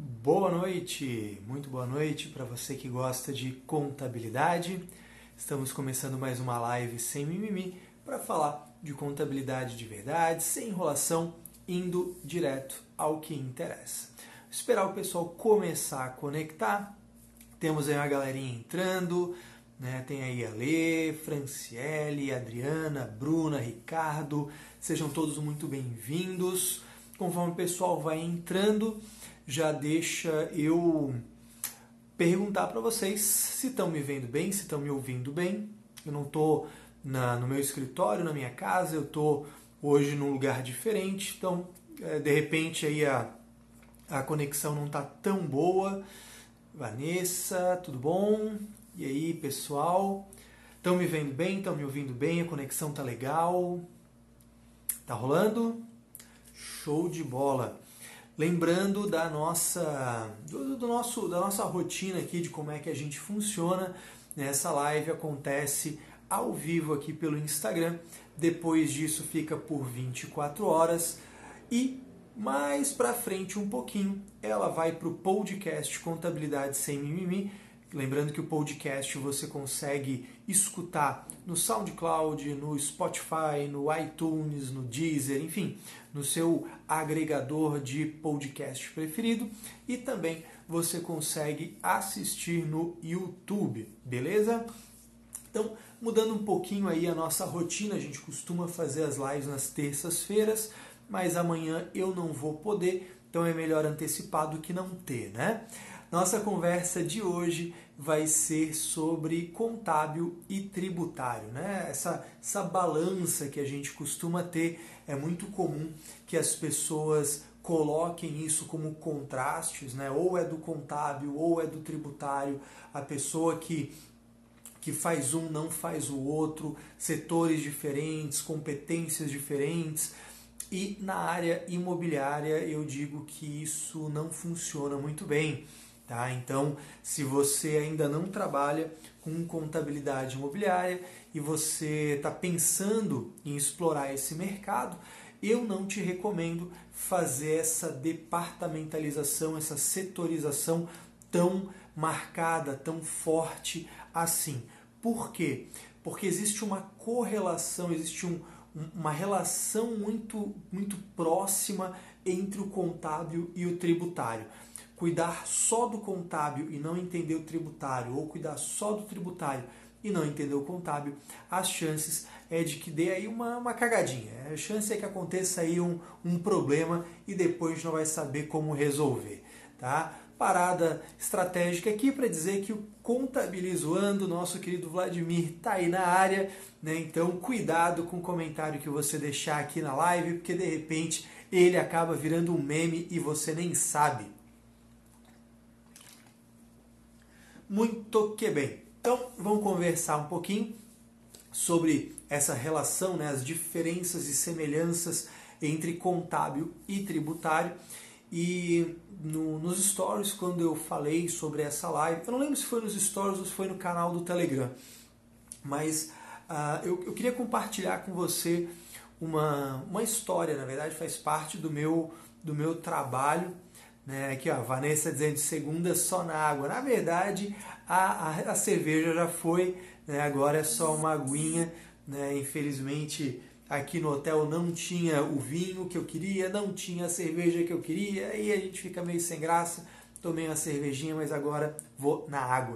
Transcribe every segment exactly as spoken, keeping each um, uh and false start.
Boa noite, muito boa noite para você que gosta de contabilidade. Estamos começando mais uma live sem mimimi para falar de contabilidade de verdade, sem enrolação, indo direto ao que interessa. Esperar o pessoal começar a conectar. Temos aí uma galerinha entrando, né? Tem aí a Lê, Franciele, Adriana, Bruna, Ricardo. Sejam todos muito bem-vindos. Conforme o pessoal vai entrando, já deixa eu perguntar para vocês se estão me vendo bem, se estão me ouvindo bem. Eu não estou no meu escritório, na minha casa, eu estou hoje num lugar diferente, então de repente aí a, a conexão não está tão boa. Vanessa, tudo bom? E aí, pessoal? Estão me vendo bem? Estão me ouvindo bem? A conexão tá legal? Tá rolando? Show de bola! Lembrando da nossa, do, do nosso, da nossa rotina aqui, de como é que a gente funciona. Essa live acontece ao vivo aqui pelo Instagram. Depois disso fica por vinte e quatro horas. E mais para frente um pouquinho, ela vai para o podcast Contabilidade Sem Mimimi. Lembrando que o podcast você consegue escutar no SoundCloud, no Spotify, no iTunes, no Deezer, enfim, no seu agregador de podcast preferido. E também você consegue assistir no YouTube, beleza? Então, mudando um pouquinho aí a nossa rotina, a gente costuma fazer as lives nas terças-feiras, mas amanhã eu não vou poder, então é melhor antecipar do que não ter, né? Nossa conversa de hoje vai ser sobre contábil e tributário, né? Essa, essa balança que a gente costuma ter, é muito comum que as pessoas coloquem isso como contrastes, né? Ou é do contábil ou é do tributário, a pessoa que que faz um não faz o outro, setores diferentes, competências diferentes. E na área imobiliária eu digo que isso não funciona muito bem. Tá? Então, se você ainda não trabalha com contabilidade imobiliária e você está pensando em explorar esse mercado, eu não te recomendo fazer essa departamentalização, essa setorização tão marcada, tão forte assim. Por quê? Porque existe uma correlação, existe um, uma relação muito, muito próxima entre o contábil e o tributário. Cuidar só do contábil e não entender o tributário, ou cuidar só do tributário e não entender o contábil, as chances é de que dê aí uma, uma cagadinha. A chance é que aconteça aí um, um problema e depois a gente não vai saber como resolver. Tá? Parada estratégica aqui para dizer que o Contabilizoando, nosso querido Vladimir, está aí na área, né? Então cuidado com o comentário que você deixar aqui na live, porque de repente ele acaba virando um meme e você nem sabe. Muito que bem. Então, vamos conversar um pouquinho sobre essa relação, né, as diferenças e semelhanças entre contábil e tributário. E no, nos stories, quando eu falei sobre essa live, eu não lembro se foi nos stories ou se foi no canal do Telegram, mas uh, eu, eu queria compartilhar com você uma, uma história, na verdade faz parte do meu, do meu trabalho. Né, aqui ó, a Vanessa dizendo segunda só na água. Na verdade, a, a, a cerveja já foi, né, agora é só uma aguinha. Né, infelizmente, aqui no hotel não tinha o vinho que eu queria, não tinha a cerveja que eu queria, aí a gente fica meio sem graça. Tomei uma cervejinha, mas agora vou na água.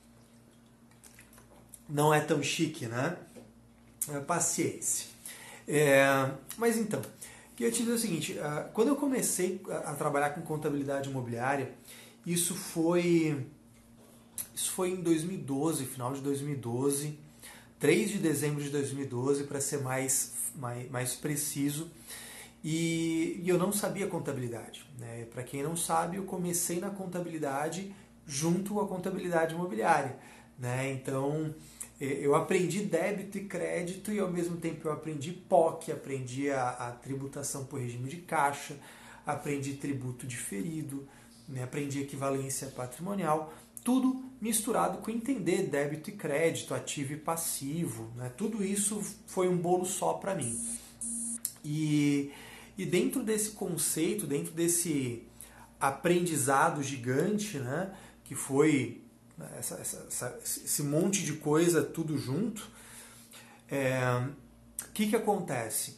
Não é tão chique, né? É, paciência. É, mas então... E eu te dizer o seguinte, quando eu comecei a trabalhar com contabilidade imobiliária, isso foi, isso foi em dois mil e doze, final de dois mil e doze, três de dezembro de dois mil e doze, para ser mais, mais, mais preciso, e, e eu não sabia contabilidade. Né? Para quem não sabe, eu comecei na contabilidade junto com a contabilidade imobiliária. Né? Então... eu aprendi débito e crédito e ao mesmo tempo eu aprendi P O C, aprendi a, a tributação por regime de caixa, aprendi tributo diferido, né, aprendi equivalência patrimonial, tudo misturado com entender débito e crédito, ativo e passivo, né, tudo isso foi um bolo só para mim. E, e dentro desse conceito, dentro desse aprendizado gigante, né? Que foi essa, essa, essa, esse monte de coisa tudo junto. É, o que que acontece?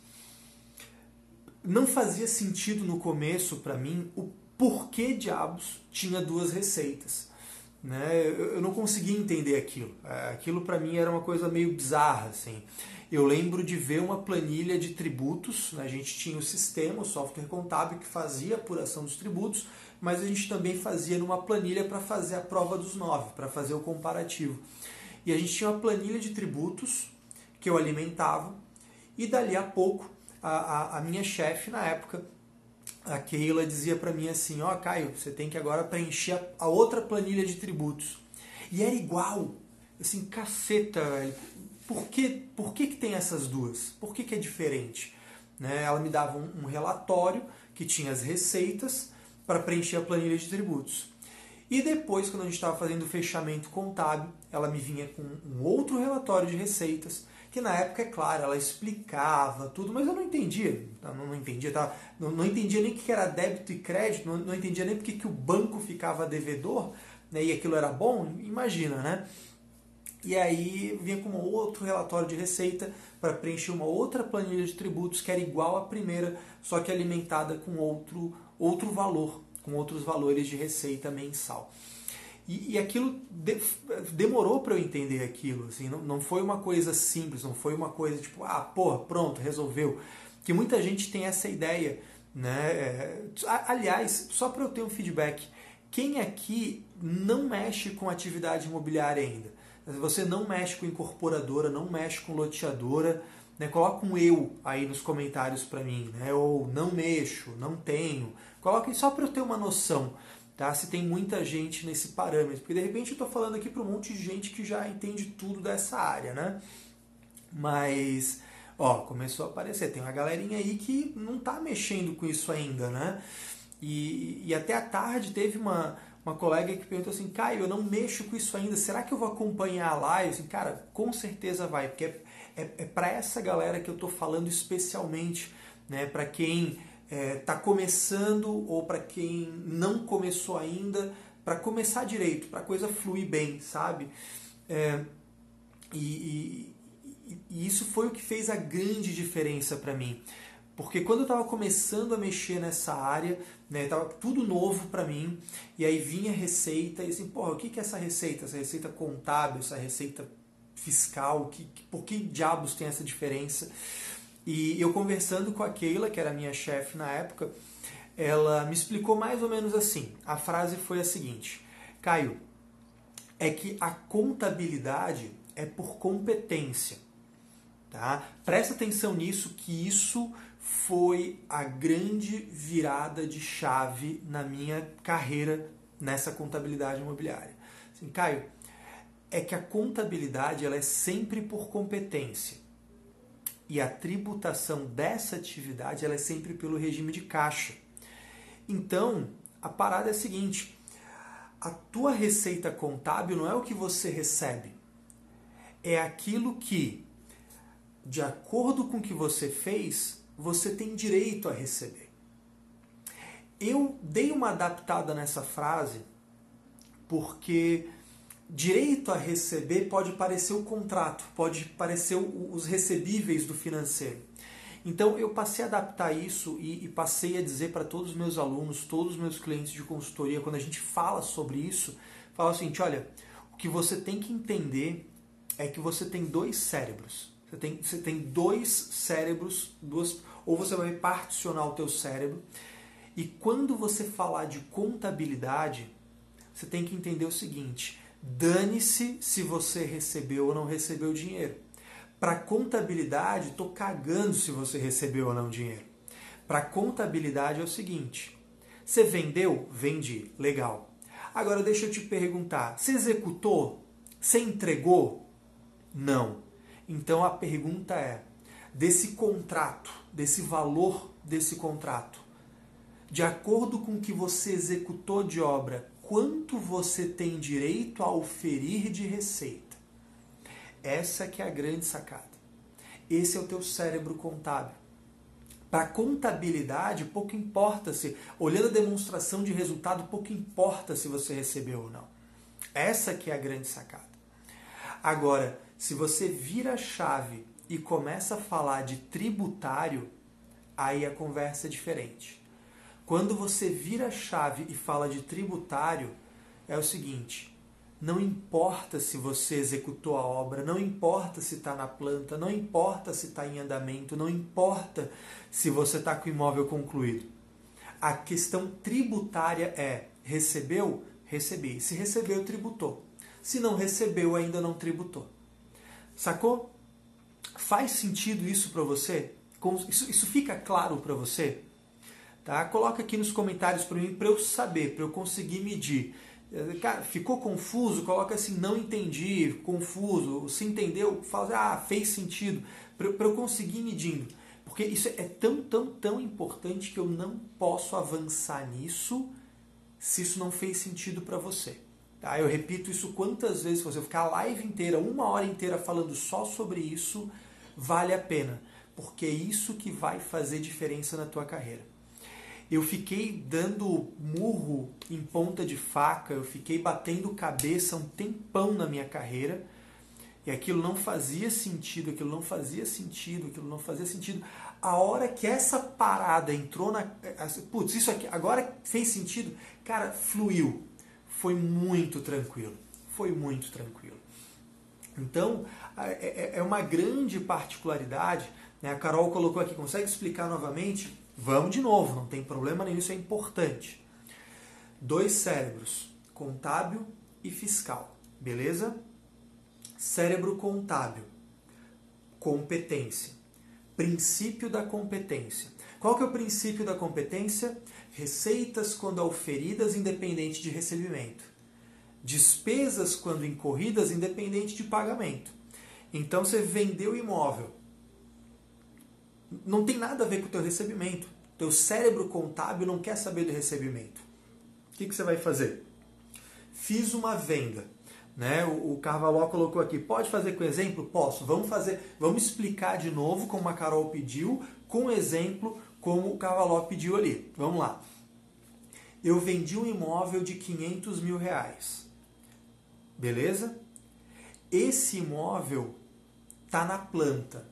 Não fazia sentido no começo para mim o porquê diabos tinha duas receitas. Né? Eu não conseguia entender aquilo. Aquilo para mim era uma coisa meio bizarra. Assim. Eu lembro de ver uma planilha de tributos. Né? A gente tinha o sistema, o software contábil que fazia a apuração dos tributos, mas a gente também fazia numa planilha para fazer a prova dos nove, para fazer o comparativo. E a gente tinha uma planilha de tributos que eu alimentava, e dali a pouco a, a, a minha chefe na época, a Keila, dizia para mim assim, ó, oh, Caio, você tem que agora preencher a, a outra planilha de tributos. E era igual, assim, caceta, velho. Por que, por que que tem essas duas? Por que que é diferente? Né? Ela me dava um, um relatório que tinha as receitas para preencher a planilha de tributos. E depois, quando a gente estava fazendo o fechamento contábil, ela me vinha com um outro relatório de receitas, que na época, é claro, ela explicava tudo, mas eu não entendia. Não, não entendia, tá? não, não entendia nem o que era débito e crédito, não, não entendia nem porque que o banco ficava devedor, né, e aquilo era bom, imagina, né? E aí vinha com um outro relatório de receita para preencher uma outra planilha de tributos que era igual à primeira, só que alimentada com outro, outro valor, com outros valores de receita mensal. E, e aquilo de, demorou para eu entender aquilo, assim, não, não foi uma coisa simples, não foi uma coisa tipo, ah, porra, pronto, resolveu. Que muita gente tem essa ideia, né? Aliás, só para eu ter um feedback, quem aqui não mexe com atividade imobiliária ainda? Você não mexe com incorporadora, não mexe com loteadora, né? Coloca um eu aí nos comentários para mim, né? Ou não mexo, não tenho. Coloquem só para eu ter uma noção. Tá? Se tem muita gente nesse parâmetro, porque de repente eu estou falando aqui para um monte de gente que já entende tudo dessa área, né? Mas, ó, começou a aparecer, tem uma galerinha aí que não está mexendo com isso ainda, né? E, e até à tarde teve uma, uma colega que perguntou assim, Caio, eu não mexo com isso ainda, será que eu vou acompanhar a live? Assim, cara, com certeza vai, porque é, é, é para essa galera que eu estou falando especialmente, né? Para quem está é, começando ou para quem não começou ainda, para começar direito, para a coisa fluir bem, sabe? É, e, e, e isso foi o que fez a grande diferença para mim. Porque quando eu estava começando a mexer nessa área, né, estava tudo novo para mim, e aí vinha receita, e assim, porra, o que que é essa receita? Essa receita contábil, essa receita fiscal, que, por que diabos tem essa diferença? E eu conversando com a Keila, que era minha chefe na época, ela me explicou mais ou menos assim. A frase foi a seguinte, Caio, é que a contabilidade é por competência. Tá? Presta atenção nisso, que isso foi a grande virada de chave na minha carreira nessa contabilidade imobiliária. Assim, Caio, é que a contabilidade ela é sempre por competência. E a tributação dessa atividade ela é sempre pelo regime de caixa. Então, a parada é a seguinte, a tua receita contábil não é o que você recebe, é aquilo que, de acordo com o que você fez, você tem direito a receber. Eu dei uma adaptada nessa frase porque direito a receber pode parecer o contrato, pode parecer os recebíveis do financeiro. Então eu passei a adaptar isso e, e passei a dizer para todos os meus alunos, todos os meus clientes de consultoria, quando a gente fala sobre isso, fala o seguinte, olha, o que você tem que entender é que você tem dois cérebros. Você tem, você tem dois cérebros, duas, ou você vai particionar o teu cérebro, e quando você falar de contabilidade, você tem que entender o seguinte, dane-se se você recebeu ou não recebeu o dinheiro. Para contabilidade, estou cagando se você recebeu ou não dinheiro. Para contabilidade é o seguinte, você vendeu? Vendi, legal. Agora deixa eu te perguntar, você executou? Você entregou? Não. Então a pergunta é, desse contrato, desse valor desse contrato, de acordo com o que você executou de obra, quanto você tem direito a oferir de receita? Essa que é a grande sacada. Esse é o teu cérebro contábil. Para contabilidade, pouco importa se, olhando a demonstração de resultado, pouco importa se você recebeu ou não. Essa que é a grande sacada. Agora, se você vira a chave e começa a falar de tributário, aí a conversa é diferente. Quando você vira a chave e fala de tributário, é o seguinte: não importa se você executou a obra, não importa se está na planta, não importa se está em andamento, não importa se você está com o imóvel concluído. A questão tributária é: recebeu? Recebi. Se recebeu, tributou. Se não recebeu, ainda não tributou. Sacou? Faz sentido isso para você? Isso, isso fica claro para você? Tá? Coloca aqui nos comentários para mim, para eu saber, para eu conseguir medir. Cara, ficou confuso? Coloca assim, não entendi, confuso. Se entendeu, fala, ah, fez sentido. Para eu conseguir medindo. Porque isso é tão, tão, tão importante que eu não posso avançar nisso se isso não fez sentido para você. Tá? Eu repito isso quantas vezes, se você ficar a live inteira, uma hora inteira falando só sobre isso, vale a pena. Porque é isso que vai fazer diferença na tua carreira. Eu fiquei dando murro em ponta de faca, eu fiquei batendo cabeça um tempão na minha carreira, e aquilo não fazia sentido, aquilo não fazia sentido, aquilo não fazia sentido. A hora que essa parada entrou na... Putz, isso aqui agora fez sentido, cara, fluiu. Foi muito tranquilo, foi muito tranquilo. Então, é uma grande particularidade, né? A Carol colocou aqui, consegue explicar novamente? Vamos de novo, não tem problema nenhum, isso é importante. Dois cérebros, contábil e fiscal, beleza? Cérebro contábil, competência. Princípio da competência. Qual que é o princípio da competência? Receitas quando auferidas, independente de recebimento. Despesas quando incorridas, independente de pagamento. Então você vendeu o imóvel. Não tem nada a ver com o teu recebimento. Teu cérebro contábil não quer saber do recebimento. O que, que você vai fazer? Fiz uma venda. Né? O, o Carvalho colocou aqui, pode fazer com exemplo? Posso. Vamos fazer, vamos explicar de novo como a Carol pediu, com exemplo como o Carvalho pediu ali. Vamos lá. Eu vendi um imóvel de quinhentos mil reais. Beleza? Esse imóvel está na planta.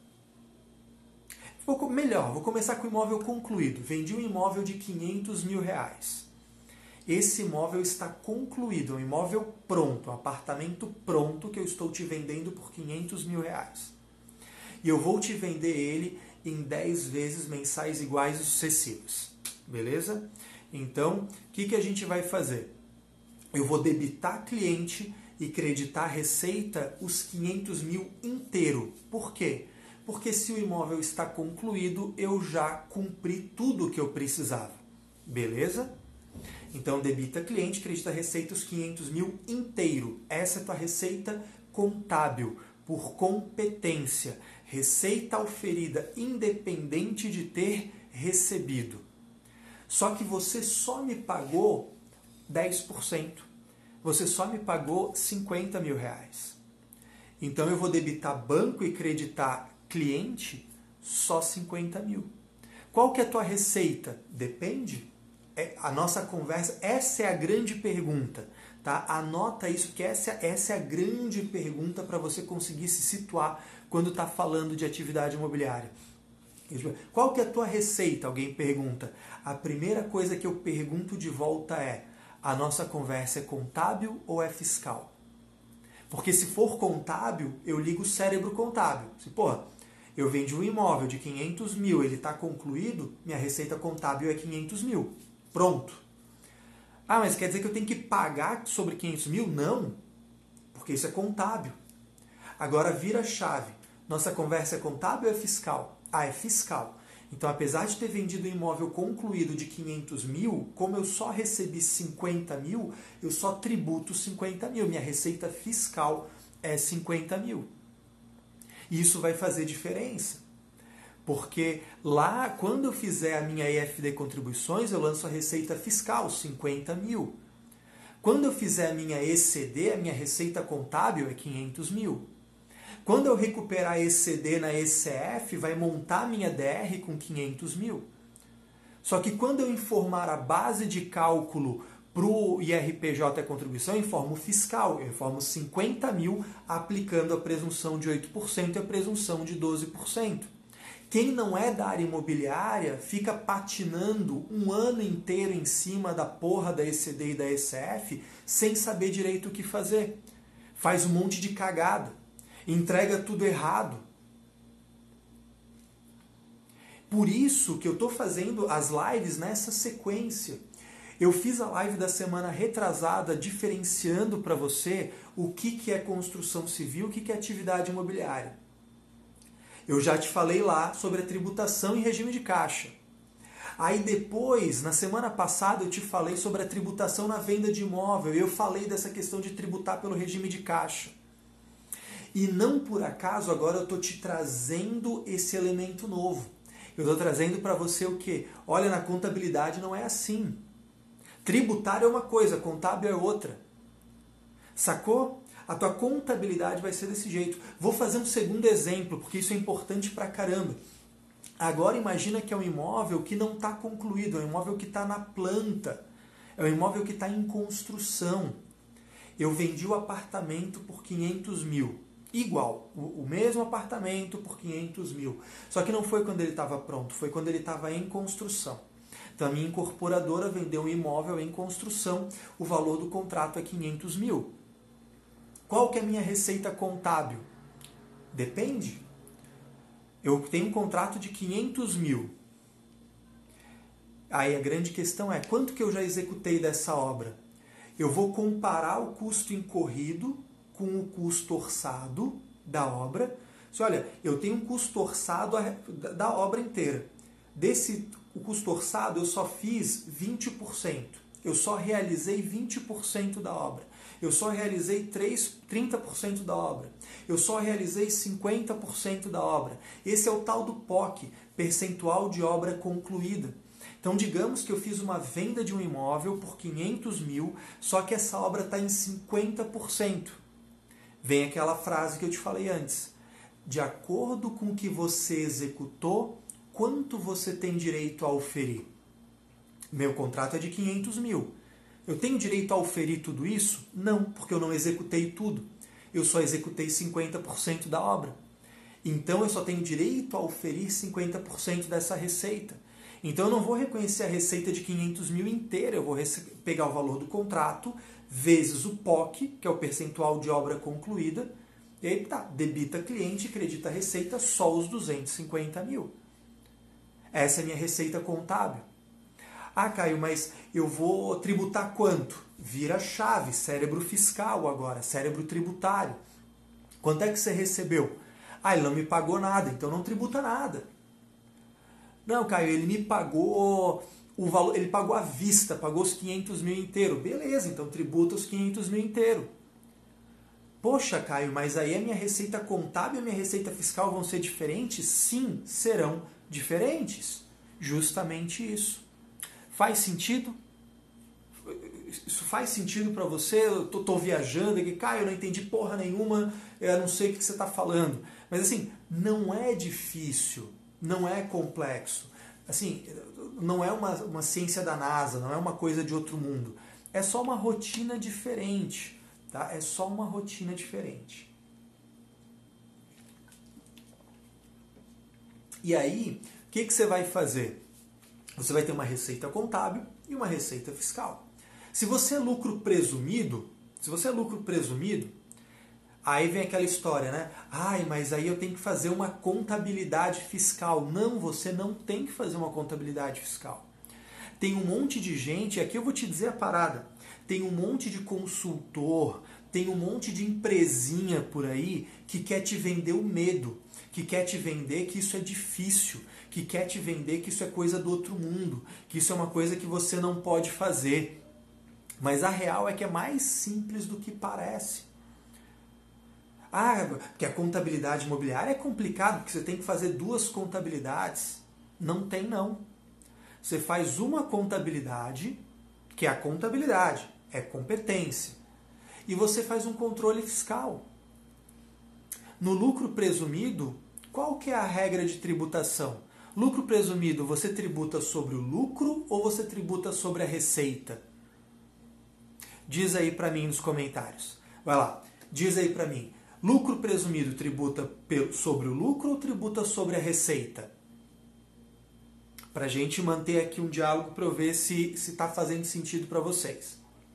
Vou, melhor, vou começar com o imóvel concluído. Vendi um imóvel de quinhentos mil reais. Esse imóvel está concluído, é um imóvel pronto, um apartamento pronto que eu estou te vendendo por quinhentos mil reais. E eu vou te vender ele em dez vezes mensais iguais e sucessivas. Beleza? Então, o que, que a gente vai fazer? Eu vou debitar cliente e creditar receita os quinhentos mil inteiro. Por quê? Porque se o imóvel está concluído, eu já cumpri tudo o que eu precisava. Beleza? Então, debita cliente, credita receita os quinhentos mil inteiro. Essa é a tua receita contábil, por competência. Receita auferida, independente de ter recebido. Só que você só me pagou dez por cento. Você só me pagou cinquenta mil reais. Então, eu vou debitar banco e creditar cliente só cinquenta mil. Qual que é a tua receita? Depende. É a nossa conversa, essa é a grande pergunta. Tá? Anota isso, porque essa, essa é a grande pergunta para você conseguir se situar quando está falando de atividade imobiliária. Qual que é a tua receita? Alguém pergunta. A primeira coisa que eu pergunto de volta é: a nossa conversa é contábil ou é fiscal? Porque se for contábil, eu ligo o cérebro contábil. Se, porra, eu vendi um imóvel de quinhentos mil, ele está concluído, minha receita contábil é quinhentos mil. Pronto. Ah, mas quer dizer que eu tenho que pagar sobre quinhentos mil? Não, porque isso é contábil. Agora vira a chave. Nossa conversa é contábil ou é fiscal? Ah, é fiscal. Então, apesar de ter vendido um imóvel concluído de quinhentos mil, como eu só recebi cinquenta mil, eu só tributo cinquenta mil. Minha receita fiscal é cinquenta mil. E isso vai fazer diferença. Porque lá, quando eu fizer a minha E F D Contribuições, eu lanço a receita fiscal, cinquenta mil. Quando eu fizer a minha E C D, a minha receita contábil é quinhentos mil. Quando eu recuperar E C D na E C F, vai montar minha D R com quinhentos mil. Só que quando eu informar a base de cálculo para o I R P J, a contribuição, eu informo fiscal. Eu informo cinquenta mil aplicando a presunção de oito por cento e a presunção de doze por cento. Quem não é da área imobiliária fica patinando um ano inteiro em cima da porra da E C D e da E C F sem saber direito o que fazer. Faz um monte de cagada. Entrega tudo errado. Por isso que eu estou fazendo as lives nessa sequência. Eu fiz a live da semana retrasada diferenciando para você o que, que é construção civil, o que, que é atividade imobiliária. Eu já te falei lá sobre a tributação em regime de caixa. Aí depois, na semana passada, eu te falei sobre a tributação na venda de imóvel. Eu falei dessa questão de tributar pelo regime de caixa. E não por acaso agora eu estou te trazendo esse elemento novo. Eu estou trazendo para você o quê? Olha, na contabilidade não é assim. Tributário é uma coisa, contábil é outra. Sacou? A tua contabilidade vai ser desse jeito. Vou fazer um segundo exemplo, porque isso é importante pra caramba. Agora imagina que é um imóvel que não está concluído, é um imóvel que está na planta, é um imóvel que está em construção. Eu vendi o apartamento por quinhentos mil. Igual, o, o mesmo apartamento por quinhentos mil. Só que não foi quando ele estava pronto, foi quando ele estava em construção. Então a minha incorporadora vendeu um imóvel em construção, o valor do contrato é quinhentos mil. Qual que é a minha receita contábil? Depende. Eu tenho um contrato de quinhentos mil. Aí a grande questão é, quanto que eu já executei dessa obra? Eu vou comparar o custo incorrido com o custo orçado da obra. Se olha, eu tenho um custo orçado da obra inteira. Desse o custo orçado eu só fiz vinte por cento. Eu só realizei vinte por cento da obra. Eu só realizei trinta por cento da obra. Eu só realizei cinquenta por cento da obra. Esse é o tal do P O C, percentual de obra concluída. Então, digamos que eu fiz uma venda de um imóvel por quinhentos mil, só que essa obra está em cinquenta por cento. Vem aquela frase que eu te falei antes. De acordo com o que você executou, quanto você tem direito a oferir? Meu contrato é de quinhentos mil. Eu tenho direito a oferir tudo isso? Não, porque eu não executei tudo. Eu só executei cinquenta por cento da obra. Então eu só tenho direito a oferir cinquenta por cento dessa receita. Então eu não vou reconhecer a receita de quinhentos mil inteira, eu vou pegar o valor do contrato, vezes o P O C, que é o percentual de obra concluída, e aí tá, debita cliente, credita receita, só os duzentos e cinquenta mil. Essa é a minha receita contábil. Ah, Caio, mas eu vou tributar quanto? Vira chave, cérebro fiscal agora, cérebro tributário. Quanto é que você recebeu? Ah, ele não me pagou nada, então não tributa nada. Não, Caio, ele me pagou o valor, ele pagou à vista, pagou os quinhentos mil inteiro. Beleza, então tributa os quinhentos mil inteiro. Poxa, Caio, mas aí a minha receita contábil e a minha receita fiscal vão ser diferentes? Sim, serão diferentes. Justamente isso. Faz sentido? Isso faz sentido para você? Eu tô, tô viajando aqui, Caio, eu não entendi porra nenhuma, eu não sei o que você está falando. Mas assim, não é difícil, não é complexo. Assim, não é uma, uma ciência da NASA, não é uma coisa de outro mundo. É só uma rotina diferente. Tá? É só uma rotina diferente. E aí, o que, que você vai fazer? Você vai ter uma receita contábil e uma receita fiscal. Se você é lucro presumido, se você é lucro presumido, aí vem aquela história, né? Ai, mas aí eu tenho que fazer uma contabilidade fiscal. Não, você não tem que fazer uma contabilidade fiscal. Tem um monte de gente, aqui eu vou te dizer a parada, tem um monte de consultor, tem um monte de empresinha por aí que quer te vender o medo, que quer te vender que isso é difícil, que quer te vender que isso é coisa do outro mundo, que isso é uma coisa que você não pode fazer. Mas a real é que é mais simples do que parece. Ah, porque a contabilidade imobiliária é complicado, porque você tem que fazer duas contabilidades. Não tem, não. Você faz uma contabilidade, que é a contabilidade, é competência. E você faz um controle fiscal. No lucro presumido, qual que é a regra de tributação? Lucro presumido, você tributa sobre o lucro ou você tributa sobre a receita? Diz aí para mim nos comentários. Vai lá, diz aí para mim. Lucro presumido tributa sobre o lucro ou tributa sobre a receita? Para a gente manter aqui um diálogo para eu ver se está fazendo sentido para vocês.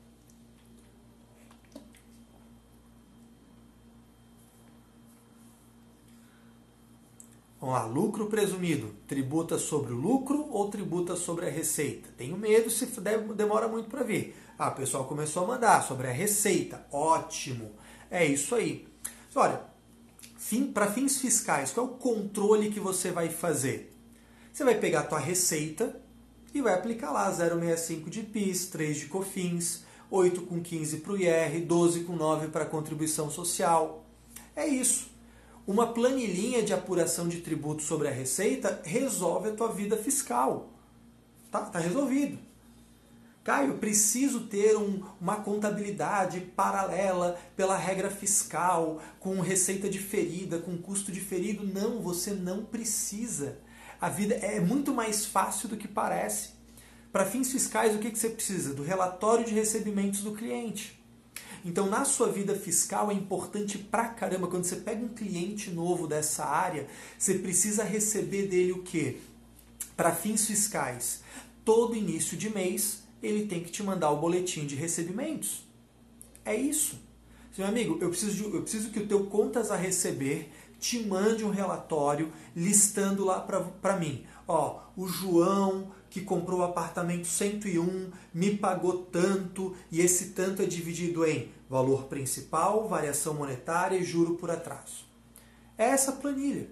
Vamos lá, lucro presumido, tributa sobre o lucro ou tributa sobre a receita? Tenho medo se demora muito para vir. Ah, o pessoal começou a mandar sobre a receita. Ótimo, é isso aí. Olha, fim, para fins fiscais, qual é o controle que você vai fazer? Você vai pegar a tua receita e vai aplicar lá zero vírgula sessenta e cinco de P I S, três de COFINS, oito vírgula quinze para o I R, doze vírgula nove para a contribuição social. É isso. Uma planilhinha de apuração de tributo sobre a receita resolve a tua vida fiscal. Tá, tá resolvido. Caio, eu preciso ter um, uma contabilidade paralela pela regra fiscal, com receita diferida, com custo diferido. Não, você não precisa. A vida é muito mais fácil do que parece. Para fins fiscais, o que, que você precisa? Do relatório de recebimentos do cliente. Então, na sua vida fiscal, é importante pra caramba, quando você pega um cliente novo dessa área, você precisa receber dele o quê? Para fins fiscais, todo início de mês, ele tem que te mandar o boletim de recebimentos. É isso. Meu amigo, eu preciso, de, eu preciso que o teu contas a receber te mande um relatório listando lá para mim. Ó, o João, que comprou o apartamento cento e um, me pagou tanto, e esse tanto é dividido em valor principal, variação monetária e juro por atraso. É essa planilha.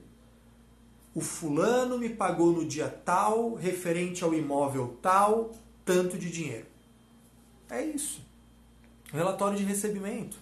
O fulano me pagou no dia tal, referente ao imóvel tal, tanto de dinheiro. É isso. Relatório de recebimento.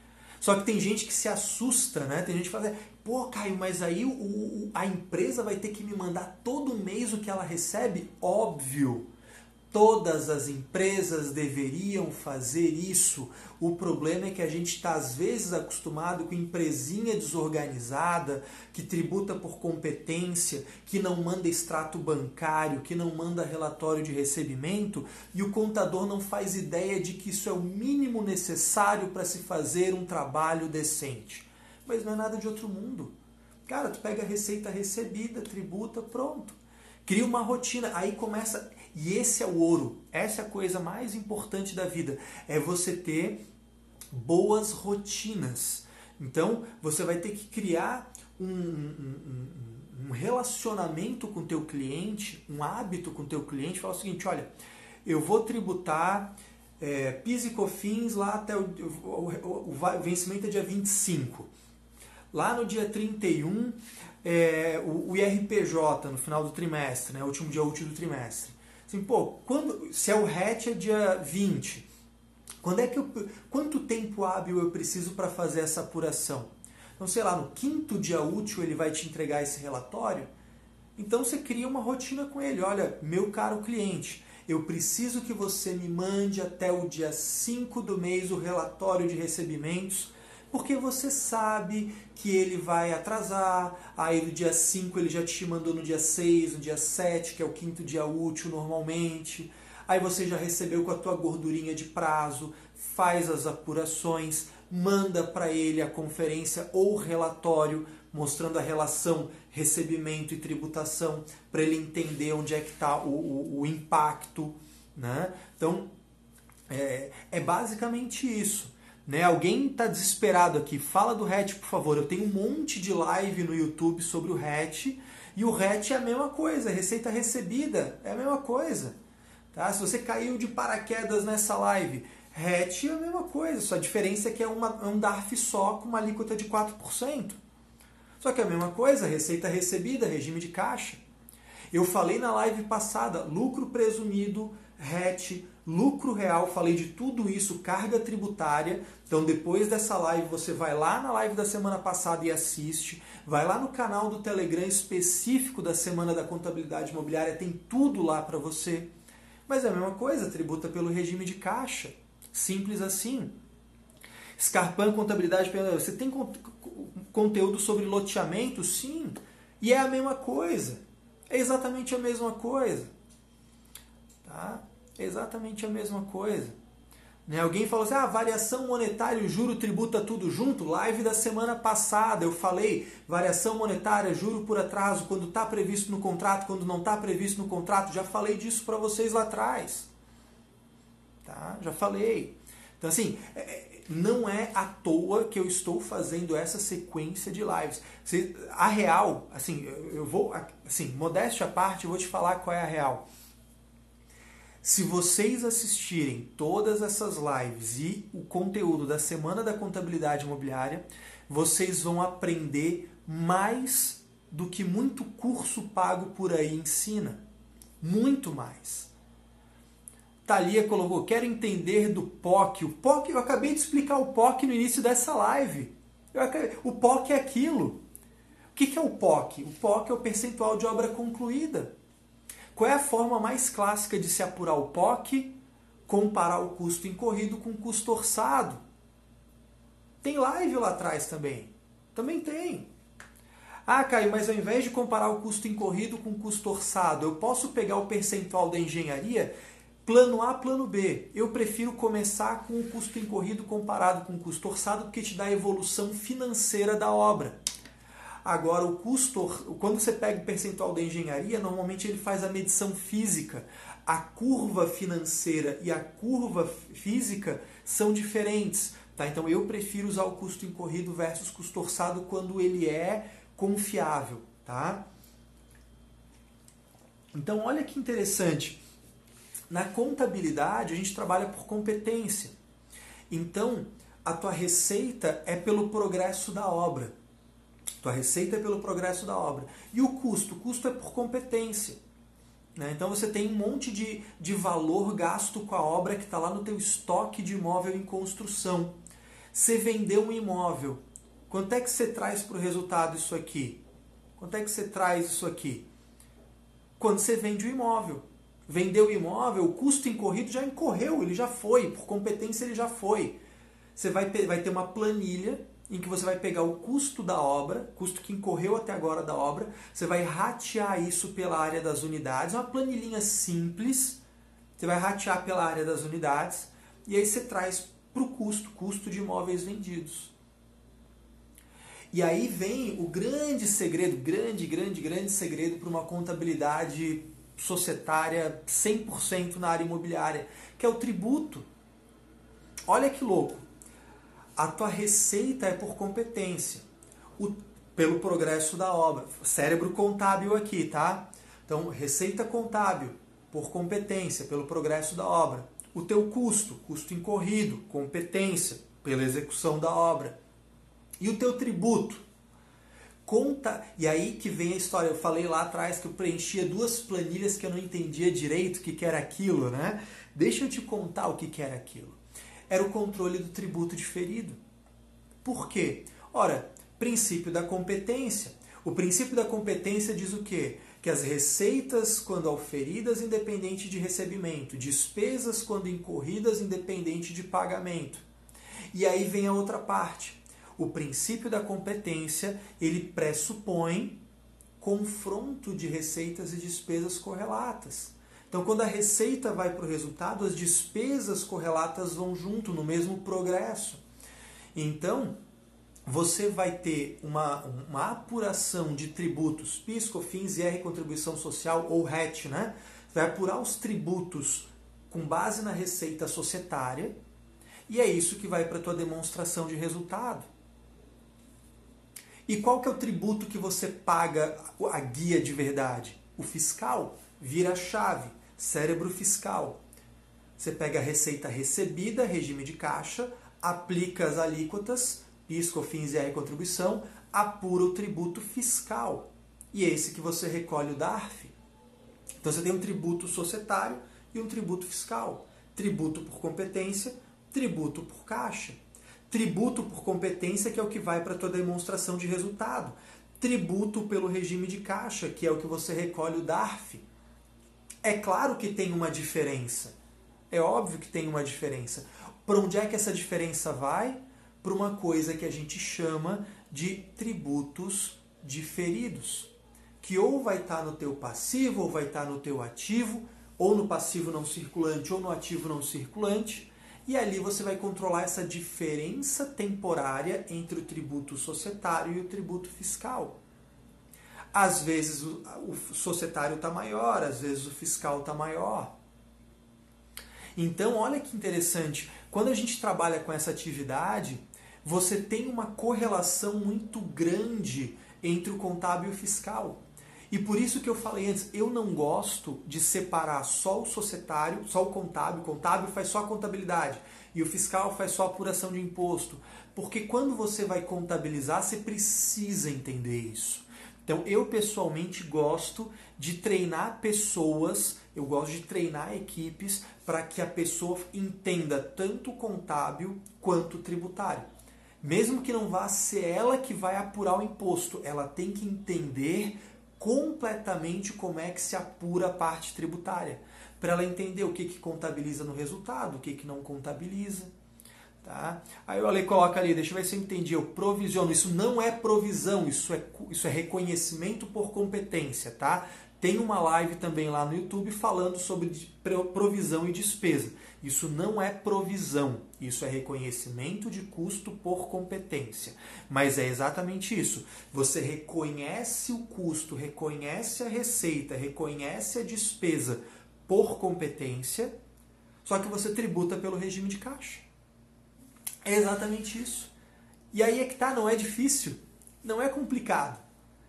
Só que tem gente que se assusta, né? Tem gente que fala, pô, Caio, mas aí o, o, a empresa vai ter que me mandar todo mês o que ela recebe? Óbvio. Todas as empresas deveriam fazer isso. O problema é que a gente está, às vezes, acostumado com empresinha desorganizada, que tributa por competência, que não manda extrato bancário, que não manda relatório de recebimento, e o contador não faz ideia de que isso é o mínimo necessário para se fazer um trabalho decente. Mas não é nada de outro mundo. Cara, tu pega a receita recebida, tributa, pronto. Cria uma rotina, aí começa... E esse é o ouro, essa é a coisa mais importante da vida, é você ter boas rotinas. Então, você vai ter que criar um, um, um relacionamento com o teu cliente, um hábito com o teu cliente, falar o seguinte, olha, eu vou tributar é, P I S e COFINS lá até o, o, o, o vencimento é dia vinte e cinco. Lá no dia trinta e um, é, o, o I R P J no final do trimestre, né, último dia útil do trimestre. Assim, pô, quando, se é o R E T é dia vinte, quando é que eu, quanto tempo hábil eu preciso para fazer essa apuração? Então, sei lá, no quinto dia útil ele vai te entregar esse relatório? Então você cria uma rotina com ele. Olha, meu caro cliente, eu preciso que você me mande até o dia cinco do mês o relatório de recebimentos, porque você sabe que ele vai atrasar, aí no dia cinco ele já te mandou no dia seis, no dia sete, que é o quinto dia útil normalmente, aí você já recebeu com a tua gordurinha de prazo, faz as apurações, manda para ele a conferência ou relatório mostrando a relação recebimento e tributação, para ele entender onde é que está o, o, o impacto, né? Então, é, é basicamente isso. Né? Alguém está desesperado aqui, fala do R E T, por favor. Eu tenho um monte de live no YouTube sobre o R E T, e o R E T é a mesma coisa, receita recebida é a mesma coisa. Tá? Se você caiu de paraquedas nessa live, R E T é a mesma coisa, só a diferença é que é, uma, é um D A R F só com uma alíquota de quatro por cento. Só que é a mesma coisa, receita recebida, regime de caixa. Eu falei na live passada, lucro presumido, R E T, lucro real, falei de tudo isso, carga tributária. Então depois dessa live você vai lá na live da semana passada e assiste, vai lá no canal do Telegram específico da Semana da Contabilidade Imobiliária, tem tudo lá para você. Mas é a mesma coisa, tributa pelo regime de caixa, simples assim. Scarpan, contabilidade, você tem conteúdo sobre loteamento? Sim. E é a mesma coisa. É exatamente a mesma coisa. Tá? É exatamente a mesma coisa. Né? Alguém falou assim, ah, variação monetária, juro, tributa tudo junto? Live da semana passada eu falei, variação monetária, juro por atraso, quando está previsto no contrato, quando não está previsto no contrato. Já falei disso para vocês lá atrás. Tá? Já falei. Então assim, não é à toa que eu estou fazendo essa sequência de lives. A real, assim, eu vou, assim, modéstia à parte, eu vou te falar qual é a real. Se vocês assistirem todas essas lives e o conteúdo da Semana da Contabilidade Imobiliária, vocês vão aprender mais do que muito curso pago por aí ensina. Muito mais. Thalia colocou, quero entender do P O C. O P O C, eu acabei de explicar o P O C no início dessa live. Eu acabei, o P O C é aquilo. O que é o P O C? O P O C é o percentual de obra concluída. Qual é a forma mais clássica de se apurar o P O C? Comparar o custo incorrido com o custo orçado. Tem live lá atrás também. Também tem. Ah, Caio, mas ao invés de comparar o custo incorrido com o custo orçado, eu posso pegar o percentual da engenharia, plano A, plano B. Eu prefiro começar com o custo incorrido comparado com o custo orçado, porque te dá a evolução financeira da obra. Agora, o custo, quando você pega o percentual da engenharia, normalmente ele faz a medição física. A curva financeira e a curva física são diferentes. Tá? Então, eu prefiro usar o custo incorrido versus custo orçado quando ele é confiável. Tá? Então, olha que interessante. Na contabilidade, a gente trabalha por competência. Então, a tua receita é pelo progresso da obra. Tua receita é pelo progresso da obra. E o custo? O custo é por competência. Né? Então você tem um monte de, de valor gasto com a obra que está lá no teu estoque de imóvel em construção. Você vendeu um imóvel. Quanto é que você traz para o resultado isso aqui? Quanto é que você traz isso aqui? Quando você vende o imóvel. Vendeu o imóvel, o custo incorrido já incorreu, ele já foi. Por competência ele já foi. Você vai, vai ter uma planilha em que você vai pegar o custo da obra, custo que incorreu até agora da obra, você vai ratear isso pela área das unidades, uma planilhinha simples, você vai ratear pela área das unidades, e aí você traz para o custo, custo de imóveis vendidos. E aí vem o grande segredo, grande, grande, grande segredo para uma contabilidade societária cem por cento na área imobiliária, que é o tributo. Olha que louco. A tua receita é por competência, o, pelo progresso da obra. Cérebro contábil aqui, tá? Então, receita contábil, por competência, pelo progresso da obra. O teu custo, custo incorrido, competência, pela execução da obra. E o teu tributo? Conta, e aí que vem a história. Eu falei lá atrás que eu preenchia duas planilhas que eu não entendia direito o que, que era aquilo, né? Deixa eu te contar o que, que era aquilo. Era o controle do tributo diferido. Por quê? Ora, princípio da competência. O princípio da competência diz o quê? Que as receitas, quando auferidas, independente de recebimento, despesas, quando incorridas, independente de pagamento. E aí vem a outra parte. O princípio da competência, ele pressupõe confronto de receitas e despesas correlatas. Então, quando a receita vai para o resultado, as despesas correlatas vão junto, no mesmo progresso. Então, você vai ter uma, uma apuração de tributos, PIS, COFINS, I R, Contribuição Social, ou R E T, né? Vai apurar os tributos com base na receita societária, e é isso que vai para a tua demonstração de resultado. E qual que é o tributo que você paga a guia de verdade? O fiscal. Vira a chave, cérebro fiscal. Você pega a receita recebida, regime de caixa, aplica as alíquotas, PIS, COFINS, I R, contribuição, apura o tributo fiscal. E é esse que você recolhe o D A R F. Então você tem um tributo societário e um tributo fiscal. Tributo por competência, tributo por caixa. Tributo por competência, que é o que vai para a tua demonstração de resultado. Tributo pelo regime de caixa, que é o que você recolhe o D A R F. É claro que tem uma diferença. É óbvio que tem uma diferença. Para onde é que essa diferença vai? para uma coisa que a gente chama de tributos diferidos, que ou vai estar no teu passivo, ou vai estar no teu ativo, ou no passivo não circulante, ou no ativo não circulante, e ali você vai controlar essa diferença temporária entre o tributo societário e o tributo fiscal. Às vezes o societário está maior, às vezes o fiscal está maior. Então, olha que interessante, quando a gente trabalha com essa atividade, você tem uma correlação muito grande entre o contábil e o fiscal. E por isso que eu falei antes, eu não gosto de separar só o societário, só o contábil, o contábil faz só a contabilidade e o fiscal faz só a apuração de imposto. Porque quando você vai contabilizar, você precisa entender isso. Então, eu pessoalmente gosto de treinar pessoas, eu gosto de treinar equipes para que a pessoa entenda tanto o contábil quanto o tributário. Mesmo que não vá ser ela que vai apurar o imposto, ela tem que entender completamente como é que se apura a parte tributária, para ela entender o que, que contabiliza no resultado, o que, que não contabiliza. Tá? Aí o Ale coloca ali, deixa eu ver se eu entendi, eu provisiono, isso não é provisão, isso é, isso é reconhecimento por competência, tá? Tem uma live também lá no YouTube falando sobre provisão e despesa. Isso não é provisão, isso é reconhecimento de custo por competência. Mas é exatamente isso. Você reconhece o custo, reconhece a receita, reconhece a despesa por competência, só que você tributa pelo regime de caixa. É exatamente isso. E aí é que tá, não é difícil, não é complicado.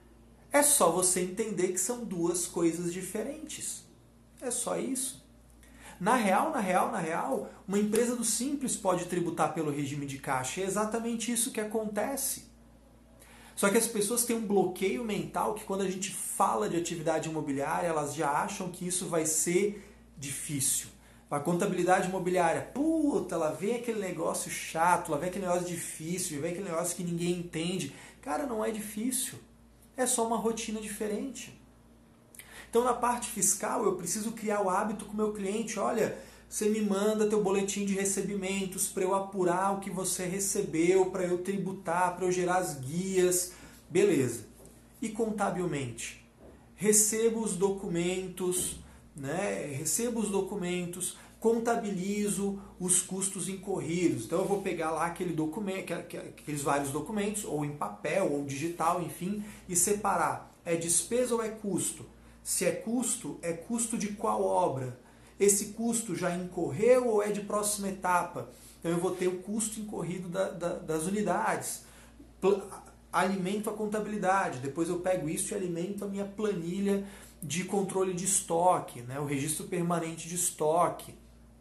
É só você entender que são duas coisas diferentes. É só isso. Na real, na real, na real, uma empresa do Simples pode tributar pelo regime de caixa. É exatamente isso que acontece. Só que as pessoas têm um bloqueio mental que quando a gente fala de atividade imobiliária, elas já acham que isso vai ser difícil. A contabilidade imobiliária, puta, lá vem aquele negócio chato, lá vem aquele negócio difícil, vem aquele negócio que ninguém entende. Cara, não é difícil. É só uma rotina diferente. Então, na parte fiscal, eu preciso criar o hábito com o meu cliente. Olha, você me manda teu boletim de recebimentos para eu apurar o que você recebeu, para eu tributar, para eu gerar as guias. Beleza. E contabilmente? Recebo os documentos, né? Recebo os documentos, contabilizo os custos incorridos. Então eu vou pegar lá aquele documento, aqueles vários documentos, ou em papel, ou digital, enfim, e separar. É despesa ou é custo? Se é custo, é custo de qual obra? Esse custo já incorreu ou é de próxima etapa? Então eu vou ter o custo incorrido da, da, das unidades. Alimento a contabilidade, depois eu pego isso e alimento a minha planilha de controle de estoque, né? O registro permanente de estoque.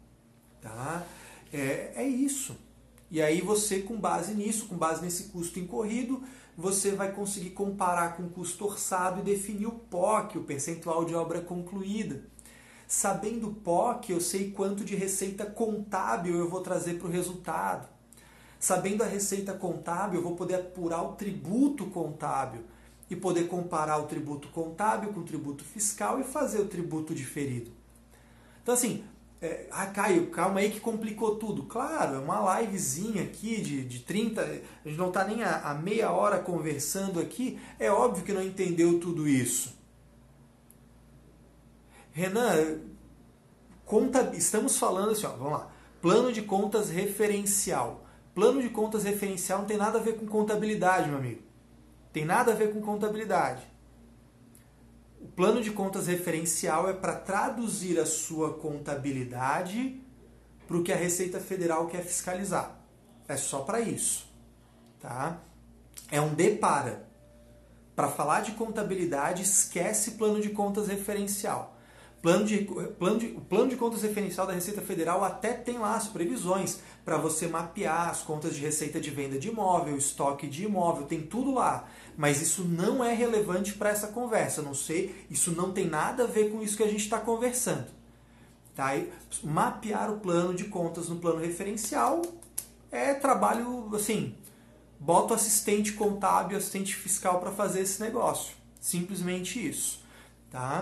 Tá? É, é isso. E aí você, com base nisso, com base nesse custo incorrido, você vai conseguir comparar com o custo orçado e definir o P O C, o percentual de obra concluída. Sabendo o P O C, eu sei quanto de receita contábil eu vou trazer para o resultado. Sabendo a receita contábil, eu vou poder apurar o tributo contábil e poder comparar o tributo contábil com o tributo fiscal e fazer o tributo diferido. Então assim, é, ah, Caio, calma aí que complicou tudo. Claro, é uma livezinha aqui de, de trinta, a gente não está nem a, a meia hora conversando aqui, é óbvio que não entendeu tudo isso. Renan, conta, estamos falando assim, ó, vamos lá, plano de contas referencial. Plano de contas referencial não tem nada a ver com contabilidade, meu amigo. Tem nada a ver com contabilidade. O plano de contas referencial é para traduzir a sua contabilidade para o que a Receita Federal quer fiscalizar. É só para isso. Tá? É um depara. Para falar de contabilidade, esquece plano de contas referencial. Plano de, plano de, o plano de contas referencial da Receita Federal até tem lá as previsões para você mapear as contas de receita de venda de imóvel, estoque de imóvel, tem tudo lá. Mas isso não é relevante para essa conversa, não sei, isso não tem nada a ver com isso que a gente está conversando. Tá? E mapear o plano de contas no plano referencial é trabalho, assim, bota o assistente contábil, assistente fiscal para fazer esse negócio. Simplesmente isso. Tá?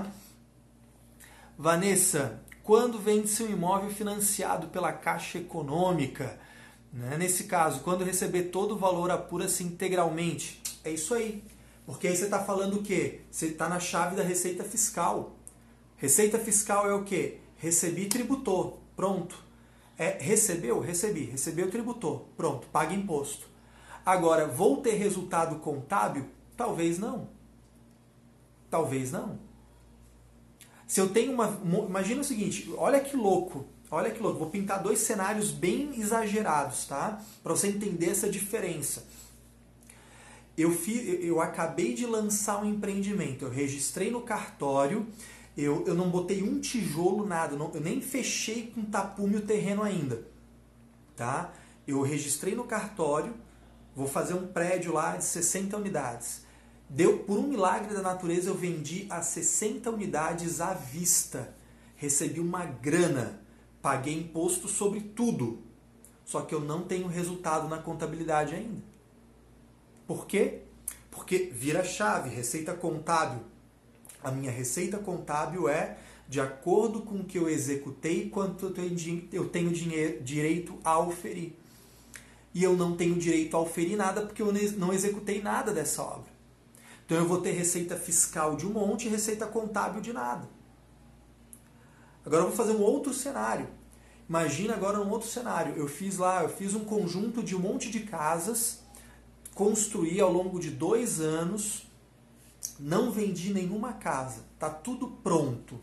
Vanessa, quando vende-se um imóvel financiado pela Caixa Econômica, Né? Nesse caso, quando receber todo o valor, apura-se integralmente. É isso aí. Porque aí você está falando o quê? Você está na chave da receita fiscal. Receita fiscal é o quê? Recebi, tributou. Pronto. É, recebeu? Recebi. Recebeu, tributou. Pronto. Paga imposto. Agora, vou ter resultado contábil? Talvez não. Talvez não. Se eu tenho uma... Imagina o seguinte, olha que louco. Olha que louco. Vou pintar dois cenários bem exagerados, tá? Para você entender essa diferença. Eu, fiz, eu acabei de lançar um empreendimento. Eu registrei no cartório. Eu, eu não botei um tijolo, nada. Eu, não, eu nem fechei com tapume o terreno ainda. Tá? Eu registrei no cartório. Vou fazer um prédio lá de sessenta unidades. Deu, por um milagre da natureza, eu vendi as sessenta unidades à vista. Recebi uma grana. Paguei imposto sobre tudo. Só que eu não tenho resultado na contabilidade ainda. Por quê? Porque vira chave, receita contábil. A minha receita contábil é de acordo com o que eu executei, quanto eu tenho dinheiro, direito a oferir. E eu não tenho direito a oferir nada porque eu não executei nada dessa obra. Então eu vou ter receita fiscal de um monte e receita contábil de nada. Agora eu vou fazer um outro cenário. Imagina agora um outro cenário. Eu fiz lá, eu fiz um conjunto de um monte de casas, construí ao longo de dois anos, não vendi nenhuma casa. Tá tudo pronto.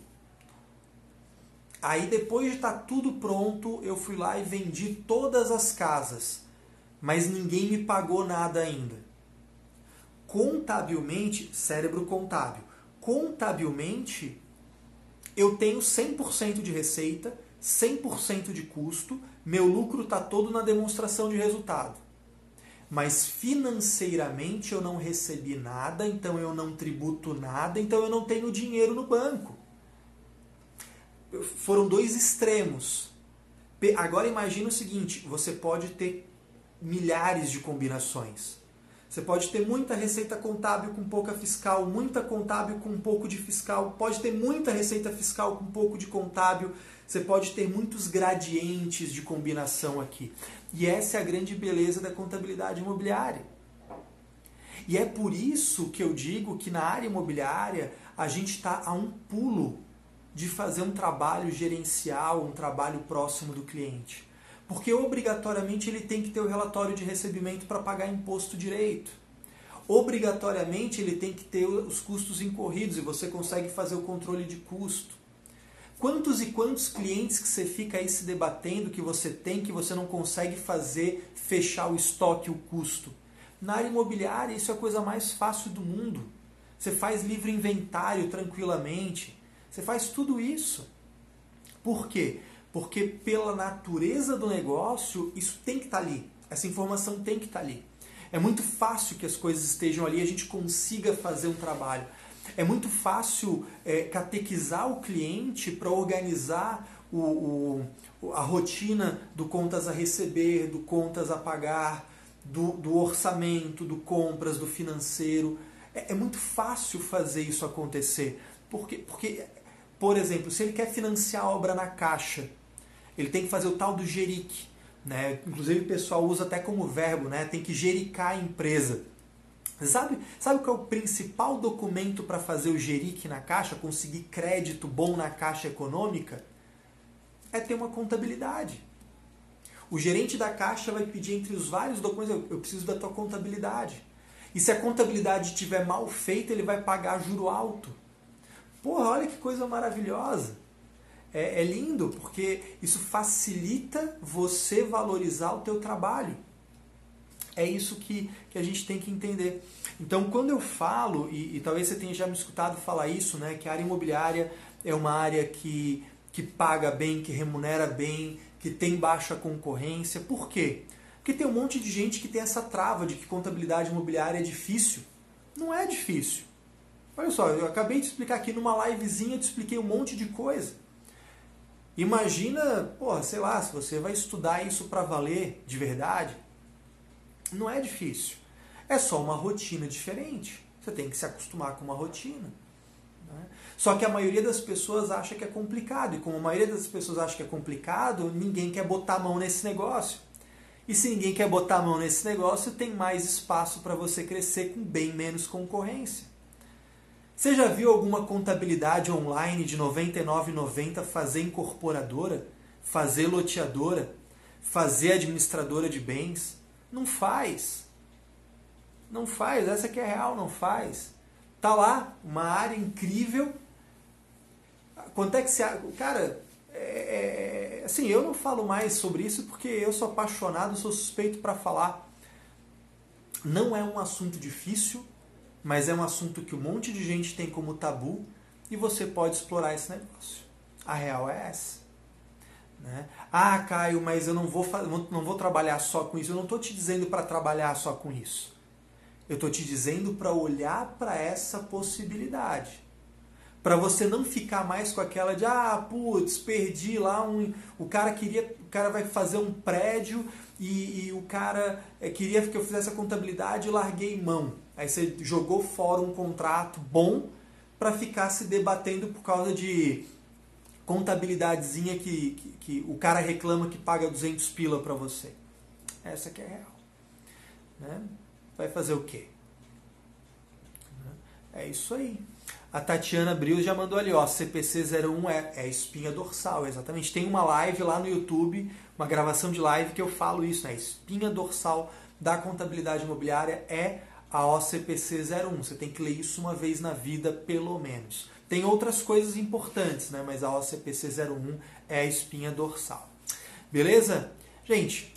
Aí depois de estar tudo pronto, eu fui lá e vendi todas as casas. Mas ninguém me pagou nada ainda. Contabilmente, cérebro contábil, contabilmente, eu tenho cem por cento de receita, cem por cento de custo, meu lucro está todo na demonstração de resultado. Mas financeiramente eu não recebi nada, então eu não tributo nada, então eu não tenho dinheiro no banco. Foram dois extremos. Agora imagina o seguinte, você pode ter milhares de combinações. Você pode ter muita receita contábil com pouca fiscal, muita contábil com um pouco de fiscal, pode ter muita receita fiscal com pouco de contábil, você pode ter muitos gradientes de combinação aqui. E essa é a grande beleza da contabilidade imobiliária. E é por isso que eu digo que na área imobiliária a gente está a um pulo de fazer um trabalho gerencial, um trabalho próximo do cliente. Porque obrigatoriamente ele tem que ter o relatório de recebimento para pagar imposto direito. Obrigatoriamente ele tem que ter os custos incorridos e você consegue fazer o controle de custo. Quantos e quantos clientes que você fica aí se debatendo que você tem, que você não consegue fazer, fechar o estoque, o custo? Na área imobiliária isso é a coisa mais fácil do mundo. Você faz livre inventário tranquilamente. Você faz tudo isso. Por quê? Porque pela natureza do negócio, isso tem que estar ali. Essa informação tem que estar ali. É muito fácil que as coisas estejam ali e a gente consiga fazer um trabalho. É muito fácil é, catequizar o cliente para organizar o, o, a rotina do contas a receber, do contas a pagar, do, do orçamento, do compras, do financeiro. É, é muito fácil fazer isso acontecer. Porque, porque, por exemplo, se ele quer financiar a obra na Caixa, ele tem que fazer o tal do jeric, né? Inclusive o pessoal usa até como verbo, né? Tem que jericar a empresa. Sabe, sabe qual é o principal documento para fazer o jeric na Caixa, conseguir crédito bom na Caixa Econômica? É ter uma contabilidade. O gerente da Caixa vai pedir entre os vários documentos, eu, eu preciso da tua contabilidade. E se a contabilidade estiver mal feita, ele vai pagar juro alto. Porra, olha que coisa maravilhosa. É, é lindo, porque isso facilita você valorizar o teu trabalho. É isso que, que a gente tem que entender. Então, quando eu falo, e, e talvez você tenha já me escutado falar isso, né, que a área imobiliária é uma área que, que paga bem, que remunera bem, que tem baixa concorrência. Por quê? Porque tem um monte de gente que tem essa trava de que contabilidade imobiliária é difícil. Não é difícil. Olha só, eu acabei de explicar aqui numa livezinha, eu te expliquei um monte de coisa. Imagina, porra, sei lá, se você vai estudar isso para valer de verdade, não é difícil. É só uma rotina diferente. Você tem que se acostumar com uma rotina. Né? Só que a maioria das pessoas acha que é complicado. E como a maioria das pessoas acha que é complicado, ninguém quer botar a mão nesse negócio. E se ninguém quer botar a mão nesse negócio, tem mais espaço para você crescer com bem menos concorrência. Você já viu alguma contabilidade online de noventa e nove reais e noventa centavos fazer incorporadora, fazer loteadora, fazer administradora de bens? Não faz. Não faz, essa que é real, não faz. Tá lá, uma área incrível. Quanto é que você... Cara, é, é, assim, eu não falo mais sobre isso porque eu sou apaixonado, sou suspeito para falar. Não é um assunto difícil, mas é um assunto que um monte de gente tem como tabu e você pode explorar esse negócio. A real é essa. Né? Ah, Caio, mas eu não vou, não vou trabalhar só com isso. Eu não estou te dizendo para trabalhar só com isso. Eu estou te dizendo para olhar para essa possibilidade. Para você não ficar mais com aquela de, ah, putz, perdi lá um... O cara queria, o cara vai fazer um prédio e, e o cara é, queria que eu fizesse a contabilidade e larguei mão. Aí você jogou fora um contrato bom para ficar se debatendo por causa de contabilidadezinha que, que, que o cara reclama que paga duzentos pila para você. Essa que é a real. Né? Vai fazer o quê? É isso aí. A Tatiana Brios já mandou ali, ó, C P C zero um é, é espinha dorsal, exatamente. Tem uma live lá no YouTube, uma gravação de live que eu falo isso, né? Espinha dorsal da contabilidade imobiliária é a O C P C zero um. Você tem que ler isso uma vez na vida, pelo menos. Tem outras coisas importantes, né? Mas a O C P C zero um é a espinha dorsal. Beleza? Gente,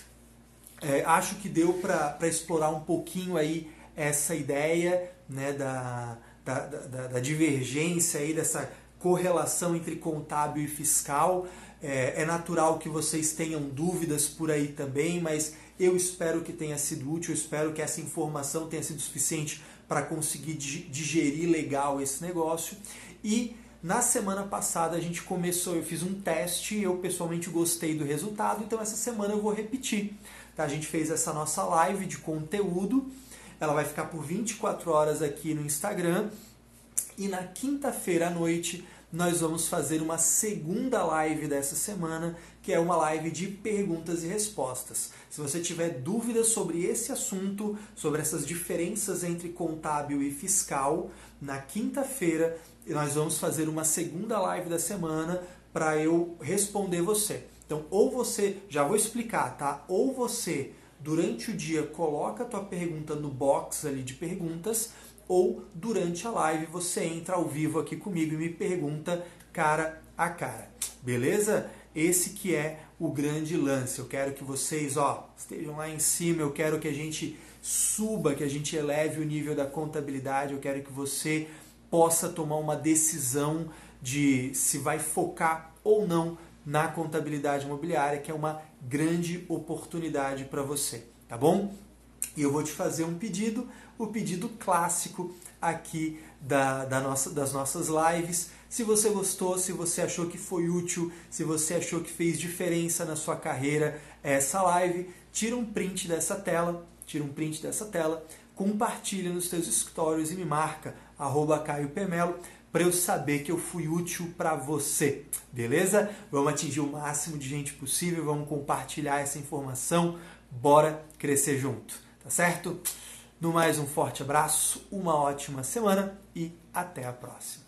é, acho que deu para explorar um pouquinho aí essa ideia, né, da, da, da, da divergência, aí, dessa correlação entre contábil e fiscal. É, é natural que vocês tenham dúvidas por aí também, mas eu espero que tenha sido útil, eu espero que essa informação tenha sido suficiente para conseguir digerir legal esse negócio. E na semana passada a gente começou, eu fiz um teste, eu pessoalmente gostei do resultado, então essa semana eu vou repetir. Tá? A gente fez essa nossa live de conteúdo, ela vai ficar por vinte e quatro horas aqui no Instagram, e na quinta-feira à noite nós vamos fazer uma segunda live dessa semana, que é uma live de perguntas e respostas. Se você tiver dúvidas sobre esse assunto, sobre essas diferenças entre contábil e fiscal, na quinta-feira nós vamos fazer uma segunda live da semana para eu responder você. Então, ou você, já vou explicar, tá? Ou você, durante o dia, coloca a tua pergunta no box ali de perguntas, ou durante a live você entra ao vivo aqui comigo e me pergunta cara a cara. Beleza? Esse que é o grande lance. Eu quero que vocês, ó, estejam lá em cima, eu quero que a gente suba, que a gente eleve o nível da contabilidade, eu quero que você possa tomar uma decisão de se vai focar ou não na contabilidade imobiliária, que é uma grande oportunidade para você, tá bom? E eu vou te fazer um pedido, o pedido clássico aqui da, da nossa, das nossas lives. Se você gostou, se você achou que foi útil, se você achou que fez diferença na sua carreira essa live, tira um print dessa tela, tira um print dessa tela, compartilha nos teus stories e me marca, arroba Caio Pemelo, para eu saber que eu fui útil para você, beleza? Vamos atingir o máximo de gente possível, vamos compartilhar essa informação, bora crescer junto, tá certo? No mais, um forte abraço, uma ótima semana e até a próxima.